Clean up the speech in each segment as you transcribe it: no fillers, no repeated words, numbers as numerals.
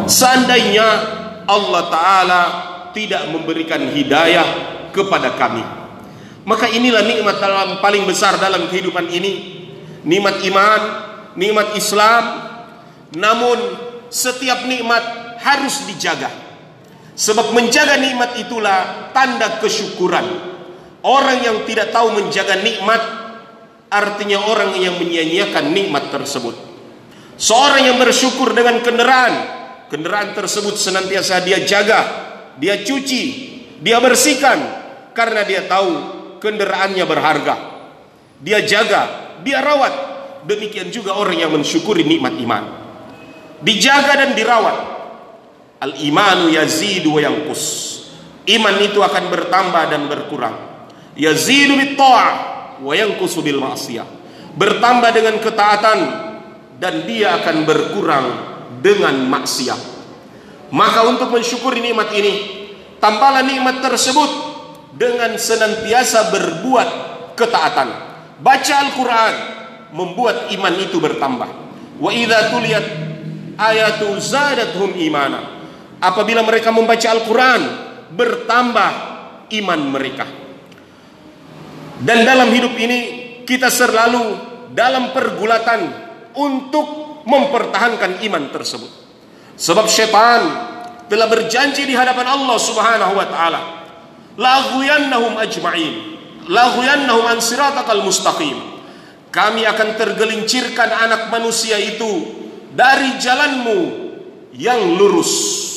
seandainya Allah Ta'ala tidak memberikan hidayah kepada kami. Maka inilah nikmat paling besar dalam kehidupan ini, nikmat iman, nikmat Islam. Namun setiap nikmat harus dijaga, sebab menjaga nikmat itulah tanda kesyukuran. Orang yang tidak tahu menjaga nikmat artinya orang yang menyia-nyiakan nikmat tersebut. Seorang yang bersyukur dengan kendaraan tersebut senantiasa dia jaga, dia cuci, dia bersihkan, karena dia tahu kendaraannya berharga. Dia jaga, dia rawat. Demikian juga orang yang mensyukuri nikmat iman, dijaga dan dirawat. Al-imanu yazidu wa yanqus. Iman itu akan bertambah dan berkurang. Yazidu bit ta'ah wa yanqusu bil ma'siyah. Bertambah dengan ketaatan dan dia akan berkurang dengan maksiat. Maka untuk mensyukuri nikmat ini, tambahlah nikmat tersebut dengan senantiasa berbuat ketaatan. Baca Al-Quran membuat iman itu bertambah. Wa idza tuliyat ayatu zadatuhum imana. Apabila mereka membaca Al-Quran, bertambah iman mereka. Dan dalam hidup ini kita selalu dalam pergulatan untuk mempertahankan iman tersebut. Sebab syaitan telah berjanji di hadapan Allah Subhanahu wa taala, "Laghwiyannahum ajma'in, laghwiyannahum an siratakal mustaqim." Kami akan tergelincirkan anak manusia itu dari jalanmu yang lurus.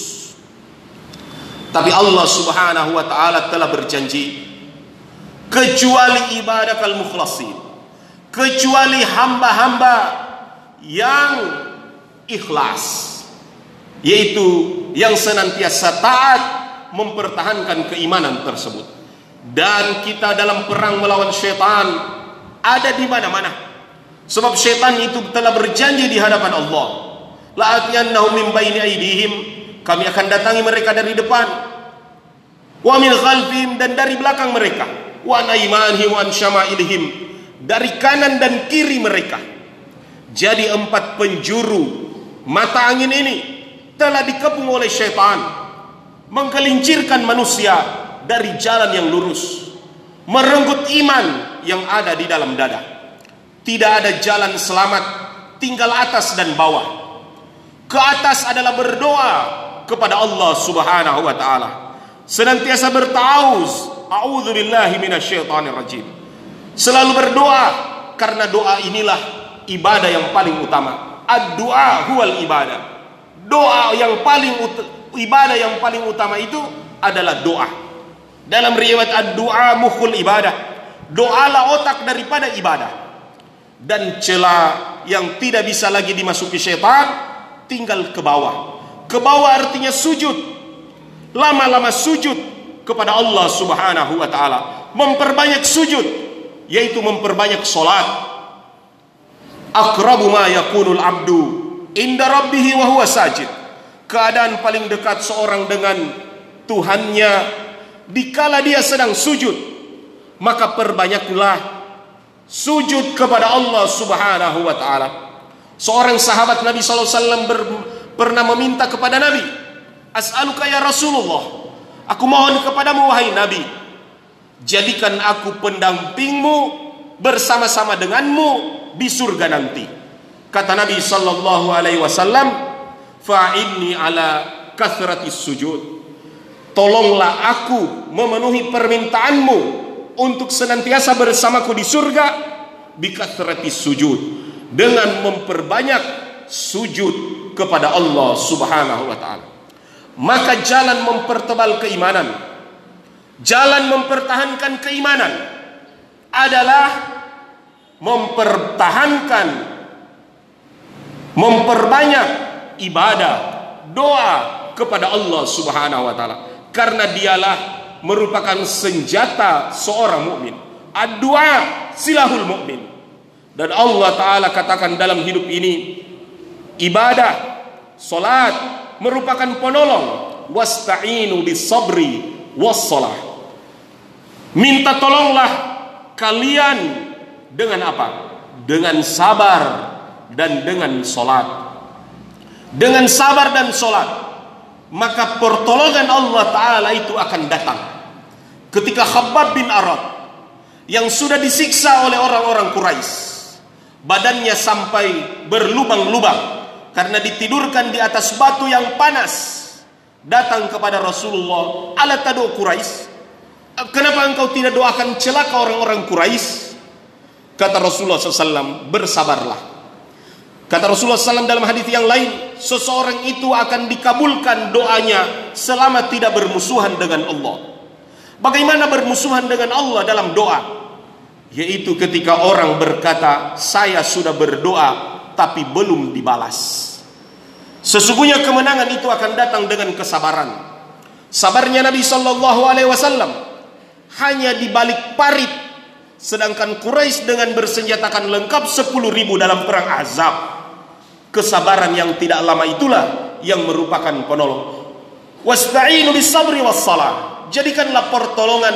Tapi Allah Subhanahu wa taala telah berjanji, kecuali ibadakal mukhlasin, kecuali hamba-hamba yang ikhlas, yaitu yang senantiasa taat mempertahankan keimanan tersebut. Dan kita dalam perang melawan syaitan ada di mana-mana, sebab syaitan itu telah berjanji di hadapan Allah, la'atiyannahum min baini aydihim, kami akan datangi mereka dari depan, wa min khalfihim, dan dari belakang mereka, wa an aymanihim wa an syama'ilihim, dari kanan dan kiri mereka. Jadi 4 penjuru mata angin ini telah dikepung oleh syaitan, menggelincirkan manusia dari jalan yang lurus, merenggut iman yang ada di dalam dada. Tidak ada jalan selamat, tinggal atas dan bawah. Ke atas adalah berdoa kepada Allah Subhanahu wa taala, senantiasa bertauz, a'udzubillahi minasyaitonir rajim. Selalu berdoa, karena doa inilah ibadah yang paling utama. Ad-du'a huwal ibadah. Doa yang paling ibadah yang paling utama itu adalah doa. Dalam riwayat ad-du'a mukhul ibadah. Doalah otak daripada ibadah. Dan celah yang tidak bisa lagi dimasuki syaitan tinggal ke bawah. Ke bawah artinya sujud. Lama-lama sujud kepada Allah Subhanahu wa taala. Memperbanyak sujud, yaitu memperbanyak salat. Aqrabu ma yakunul abdu inda rabbih wa huwa sajid. Keadaan paling dekat seorang dengan Tuhannya dikala dia sedang sujud. Maka perbanyaklah sujud kepada Allah Subhanahu wa taala. Seorang sahabat Nabi sallallahu alaihi wasallam pernah meminta kepada Nabi, "As'aluka ya Rasulullah, aku mohon kepadamu wahai Nabi, jadikan aku pendampingmu bersama-sama denganmu di surga nanti." Kata Nabi sallallahu alaihi wasallam, "Fa'inni ala kathratis sujud." Tolonglah aku memenuhi permintaanmu untuk senantiasa bersamaku di surga bi kathratis sujud, dengan memperbanyak sujud kepada Allah Subhanahu wa taala. Maka jalan mempertebal keimanan, jalan mempertahankan keimanan adalah memperbanyak ibadah, doa kepada Allah Subhanahu wa taala, karena dialah merupakan senjata seorang mukmin. Ad-du'a silahul mukmin. Dan Allah taala katakan dalam hidup ini, ibadah, salat merupakan penolong. Wasta'inu bis sabri was shalah. Minta tolonglah kalian dengan apa? Dengan sabar dan dengan salat. dengan sabar dan sholat, maka pertolongan Allah Ta'ala itu akan datang. Ketika Khabbab bin Arad yang sudah disiksa oleh orang-orang Quraisy, badannya sampai berlubang-lubang karena ditidurkan di atas batu yang panas, datang kepada Rasulullah, "Ala tadu Quraisy? Kenapa engkau tidak doakan celaka orang-orang Quraisy?" Kata Rasulullah SAW, "Bersabarlah." Kata Rasulullah SAW dalam hadis yang lain, seseorang itu akan dikabulkan doanya selama tidak bermusuhan dengan Allah. Bagaimana bermusuhan dengan Allah dalam doa? Yaitu ketika orang berkata, "Saya sudah berdoa tapi belum dibalas." Sesungguhnya kemenangan itu akan datang dengan kesabaran. Sabarnya Nabi SAW hanya di balik parit, sedangkan Quraisy dengan bersenjatakan lengkap 10.000 dalam perang Ahzab. Kesabaran yang tidak lama itulah yang merupakan penolong. Wasta'inu bis sabri was salah. Jadikanlah pertolongan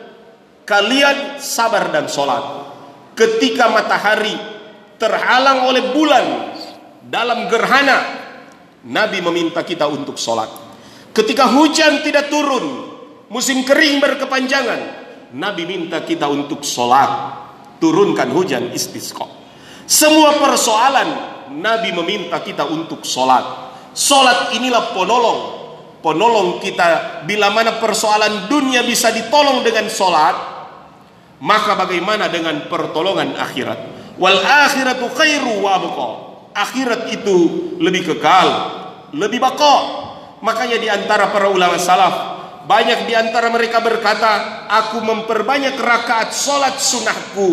kalian sabar dan sholat. Ketika matahari terhalang oleh bulan dalam gerhana, Nabi meminta kita untuk sholat. Ketika hujan tidak turun, musim kering berkepanjangan, Nabi minta kita untuk sholat. Turunkan hujan, istisqa. Semua persoalan Nabi meminta kita untuk sholat. Sholat inilah penolong kita. Bila mana persoalan dunia bisa ditolong dengan sholat, maka bagaimana dengan pertolongan akhirat? Wal akhiratu khairu wa abqa. Akhirat itu lebih kekal, lebih baqa. Makanya di antara para ulama salaf, banyak di antara mereka berkata, "Aku memperbanyak rakaat sholat sunnahku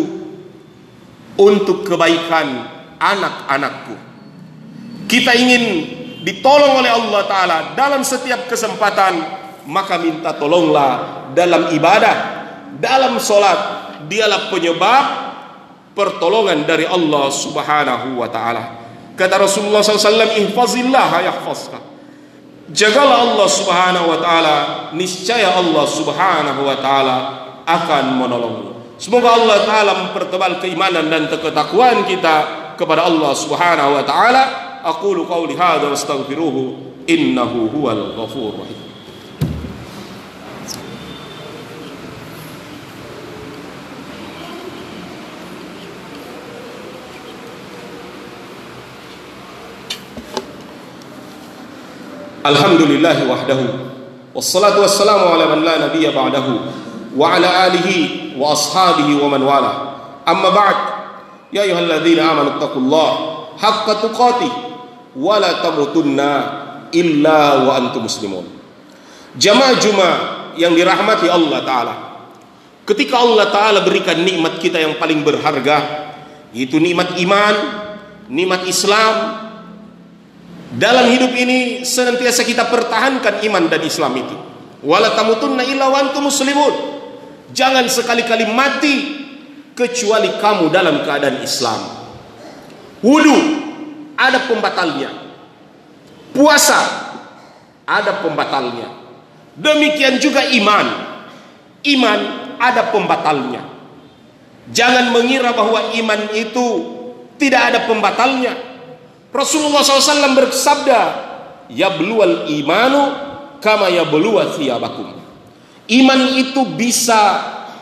untuk kebaikan anak-anakku." Kita ingin ditolong oleh Allah Ta'ala dalam setiap kesempatan, maka minta tolonglah dalam ibadah, dalam sholat. Dialah penyebab pertolongan dari Allah Subhanahu wa Ta'ala. Kata Rasulullah SAW, "Ihfazillah yahfazka." Jagalah Allah Subhanahu wa Ta'ala, niscaya Allah Subhanahu wa Ta'ala akan menolongmu. Semoga Allah Ta'ala mempertebal keimanan dan ketakwaan kita kepada Allah Subhanahu wa Ta'ala. Aqulu qawli hadza wastaghfiruhu innahu huwal ghafurur rahim. Alhamdulillahi wahdahu wassalatu wassalamu ala man la nabiyya ba'dahu wa ala alihi wa ashabihi wa man wala. Amma ba'd, ya ayyuhalladzina amanu taqullaha haqqa tuqatih wa la tamutunna illa wa antum muslimun. Jamaah Jumat yang dirahmati Allah Ta'ala, ketika Allah Ta'ala berikan nikmat kita yang paling berharga, yaitu nikmat iman, nikmat Islam, dalam hidup ini senantiasa kita pertahankan iman dan Islam itu. Wala tamutunna illa wa antum muslimun. Jangan sekali-kali mati kecuali kamu dalam keadaan Islam. Wudu ada pembatalnya, puasa ada pembatalnya. Demikian juga iman ada pembatalnya. Jangan mengira bahwa iman itu tidak ada pembatalnya. Rasulullah SAW bersabda, "Yabluwal imanu kama yabluwa thiyabakum." Iman itu bisa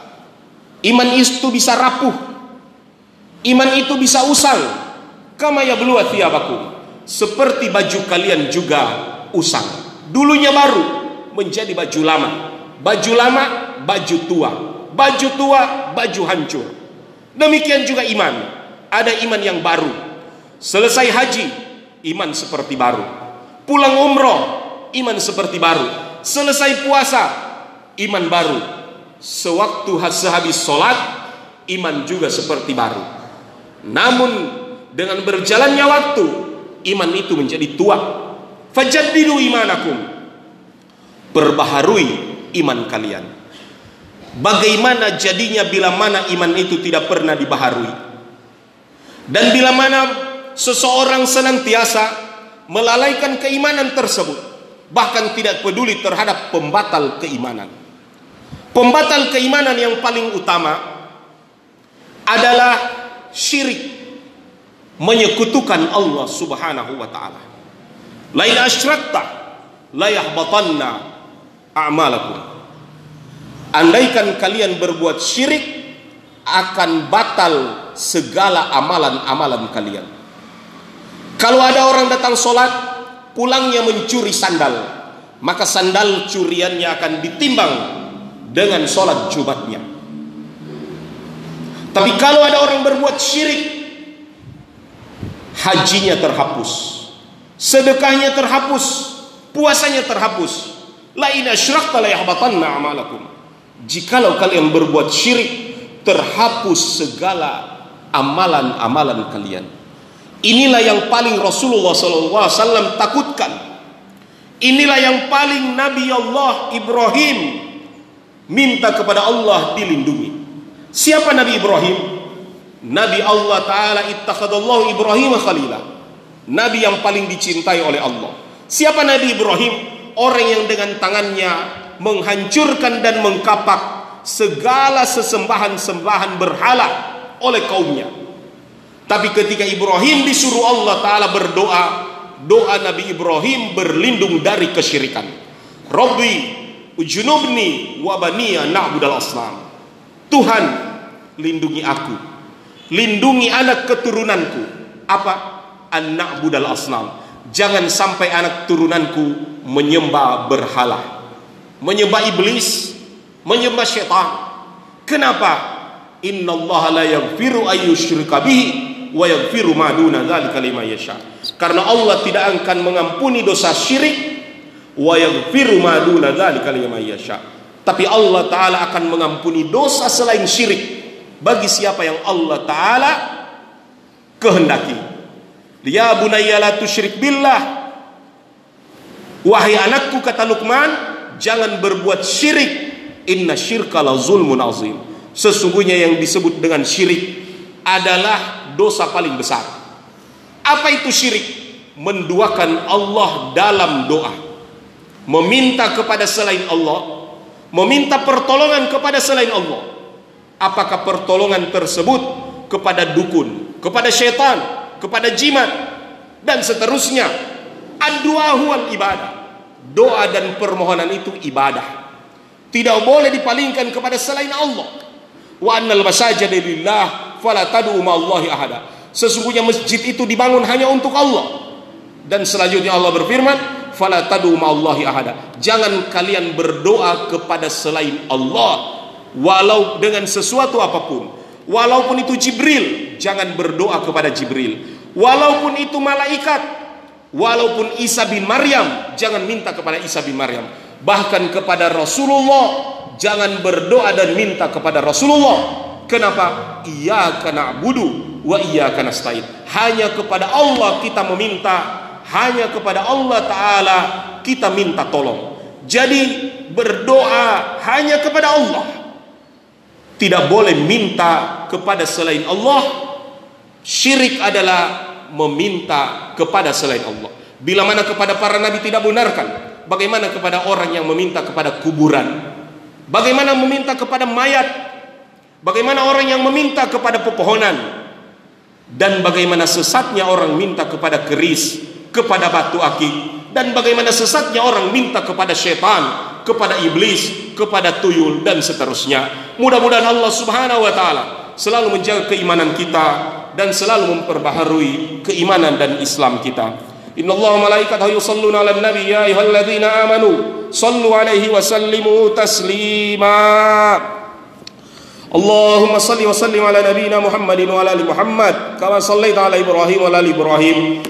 rapuh, iman itu bisa usang, kama yabluwa thiyabakum, seperti baju kalian juga usang. Dulunya baru menjadi baju lama, baju lama baju tua, baju tua baju hancur. Demikian juga iman, ada iman yang baru. Selesai haji, iman seperti baru. Pulang umroh, iman seperti baru. Selesai puasa, iman baru. Sewaktu sehabis sholat, iman juga seperti baru. Namun dengan berjalannya waktu, iman itu menjadi tua. Fajaddidu imanakum, perbaharui iman kalian. Bagaimana jadinya bila mana iman itu tidak pernah dibaharui? Dan bila mana seseorang senantiasa melalaikan keimanan tersebut, bahkan tidak peduli terhadap pembatal keimanan. Pembatal keimanan yang paling utama adalah syirik, menyekutukan Allah Subhanahu wa Ta'ala. La in asyrakta la yahbatanna a'malakum. Andaikan kalian berbuat syirik, akan batal segala amalan-amalan kalian. Kalau ada orang datang sholat, pulangnya mencuri sandal, maka sandal curiannya akan ditimbang dengan sholat Jumatnya. Tapi kalau ada orang berbuat syirik, hajinya terhapus, sedekahnya terhapus, puasanya terhapus. La in asyrakta la yahbatanna a'malakum. Jikalau kalian berbuat syirik, terhapus segala amalan-amalan kalian. Inilah yang paling Rasulullah SAW takutkan. Inilah yang paling Nabi Allah Ibrahim minta kepada Allah dilindungi. Siapa Nabi Ibrahim? Nabi Allah Ta'ala ittakhadallahu Ibrahim khalila. Nabi yang paling dicintai oleh Allah. Siapa Nabi Ibrahim? Orang yang dengan tangannya menghancurkan dan mengkapak segala sesembahan-sembahan berhala oleh kaumnya. Tapi ketika Ibrahim disuruh Allah Ta'ala berdoa, doa Nabi Ibrahim berlindung dari kesyirikan. Rabbi ujnubni wa baniya na'budal asnam. Tuhan, lindungi aku, lindungi anak keturunanku. Apa? An na'budal asnam. Jangan sampai anak turunanku menyembah berhala, menyembah iblis, menyembah syaitan. Kenapa? Innallaha la yaghfiru ayyushrika bihi wa yaghfiru ma duna dzalika liman yasha. Karena Allah tidak akan mengampuni dosa syirik, wa yaghfiru ma duna dzalika liman yasha. Tapi Allah Ta'ala akan mengampuni dosa selain syirik bagi siapa yang Allah Ta'ala kehendaki. Ya bunayya la tusyrik billah. Wahai anakku, kata Luqman, jangan berbuat syirik. Inna syirka la zulmun azim. Sesungguhnya yang disebut dengan syirik adalah dosa paling besar. Apa itu syirik? Menduakan Allah dalam doa, meminta kepada selain Allah, meminta pertolongan kepada selain Allah. Apakah pertolongan tersebut kepada dukun, kepada syaitan, kepada jimat, dan seterusnya? Ad-du'a huwal ibadah. Doa dan permohonan itu ibadah, tidak boleh dipalingkan kepada selain Allah. Wa annal masajida lillah fala tad'u ma'allahi ahada. Sesungguhnya masjid itu dibangun hanya untuk Allah. Dan selanjutnya Allah berfirman, fala tad'u ma'allahi ahada. Jangan kalian berdoa kepada selain Allah walau dengan sesuatu apapun. Walaupun itu Jibril, jangan berdoa kepada Jibril. Walaupun itu malaikat, walaupun Isa bin Maryam, jangan minta kepada Isa bin Maryam. Bahkan kepada Rasulullah, jangan berdoa dan minta kepada Rasulullah. Kenapa? Iyyaka na'budu wa iyyaka nasta'in. Hanya kepada Allah kita meminta, hanya kepada Allah Ta'ala kita minta tolong. Jadi berdoa hanya kepada Allah, tidak boleh minta kepada selain Allah. Syirik adalah meminta kepada selain Allah. Bila mana kepada para nabi tidak benarkan, bagaimana kepada orang yang meminta kepada kuburan? Bagaimana meminta kepada mayat? Bagaimana orang yang meminta kepada pepohonan? Dan bagaimana sesatnya orang minta kepada keris, kepada batu akik? Dan bagaimana sesatnya orang minta kepada syaitan, kepada iblis, kepada tuyul, dan seterusnya. Mudah-mudahan Allah Subhanahu wa Ta'ala selalu menjaga keimanan kita dan selalu memperbaharui keimanan dan Islam kita. Innallaha malaikatahu yusholluna 'alan nabi ya ayyuhalladzina amanu shallu 'alaihi wa sallimu taslima. Allahumma shalli wa sallim ala nabiyyina Muhammadin wa ala ali Muhammad kama shallaita ala Ibrahim wa ala ali Ibrahim